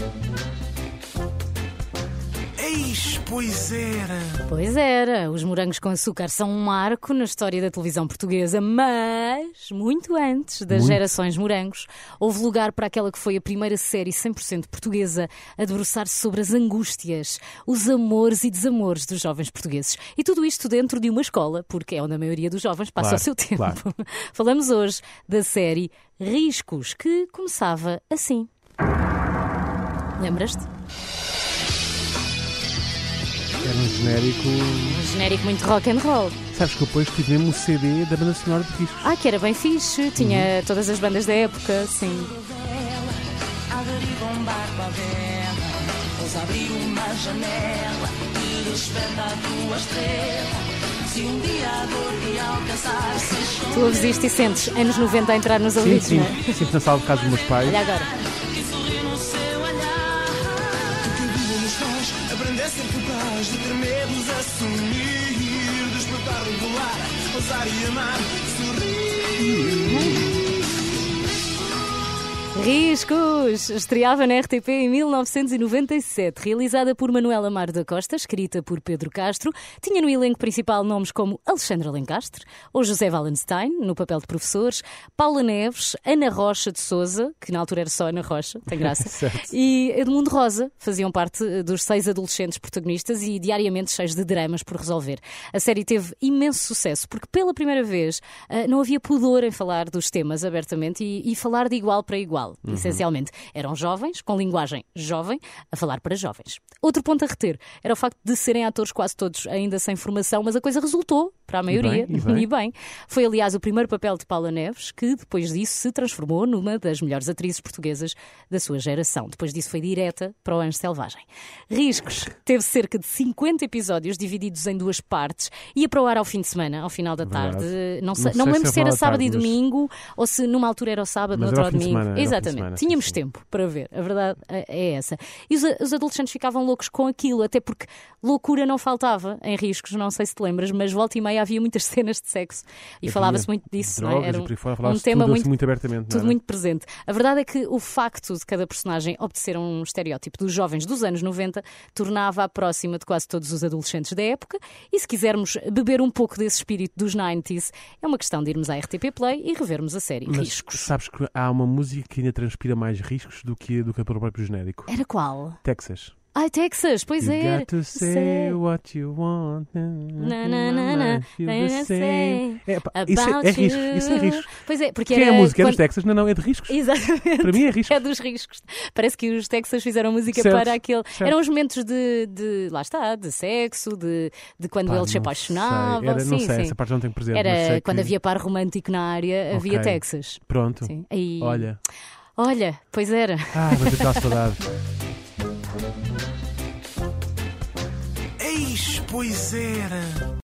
Eis, pois era. Pois era, os morangos com açúcar são um marco na história da televisão portuguesa, mas muito antes das gerações morangos, houve lugar para aquela que foi a primeira série 100% portuguesa a debruçar-se sobre as angústias, os amores e desamores dos jovens portugueses. E tudo isto dentro de uma escola, porque é onde a maioria dos jovens passa o seu tempo. Claro. Falamos hoje da série Riscos, que começava assim. Lembras-te? Era um genérico... Um genérico muito rock and roll. Sabes que eu depois tive mesmo o CD da banda sonora de Riscos. Ah, que era bem fixe. Tinha todas as bandas da época, sim. Tu ouves isto e sentes anos 90 a entrar nos ouvidos, sim, não é? sempre na sala de casa dos meus pais. Olha agora. Aprender a ser capaz de ter medos, assumir, despertar, revelar, ousar e amar, sorrir. Riscos! Estreava na RTP em 1997, realizada por Manuela Amaro da Costa, escrita por Pedro Castro. Tinha no elenco principal nomes como Alexandre Alencastre ou José Wallenstein, no papel de professores, Paula Neves, Ana Rocha de Sousa, que na altura era só Ana Rocha, tem graça, e Edmundo Rosa, faziam parte dos 6 adolescentes protagonistas e diariamente cheios de dramas por resolver. A série teve imenso sucesso, porque pela primeira vez não havia pudor em falar dos temas abertamente e falar de igual para igual. Essencialmente, eram jovens, com linguagem jovem, a falar para jovens. Outro ponto a reter era o facto de serem atores quase todos ainda sem formação, mas a coisa resultou para a maioria. E bem. Foi, aliás, o primeiro papel de Paula Neves, que depois disso se transformou numa das melhores atrizes portuguesas da sua geração. Depois disso foi direta para o Anjo Selvagem. Riscos teve cerca de 50 episódios divididos em 2 partes. Ia para o ar ao fim de semana, ao final da tarde. Não me lembro se era sábado e domingo ou se numa altura era o sábado, no outro ao domingo. Exatamente, tínhamos tempo para ver, a verdade é essa. E os adolescentes ficavam loucos com aquilo, até porque loucura não faltava em Riscos, não sei se te lembras, mas volta e meia havia muitas cenas de sexo e falava-se muito disso, drogas, não é? Era um tema muito abertamente. Tudo muito presente. A verdade é que o facto de cada personagem obedecer a um estereótipo dos jovens dos anos 90 tornava-a próxima de quase todos os adolescentes da época, e se quisermos beber um pouco desse espírito dos 90s, é uma questão de irmos à RTP Play e revermos a série Riscos. Sabes que há uma música que ainda transpira mais riscos do que o próprio genérico. Era qual? Texas. Ai, Texas, pois é. You got to say what you want. Isso é riscos. Pois é, porque quem é a música? É dos Texas? Não, é de riscos. Exatamente. Para mim é riscos. É dos riscos. Parece que os Texas fizeram música certo, para aquele... Certo. Eram os momentos lá está, de sexo, de quando eles se apaixonavam. Não sei, essa parte não tenho presente. Era quando havia par romântico na área, havia Texas. Pronto. Sim. Olha, pois era. Mas eu tenho saudade. Eis, pois era.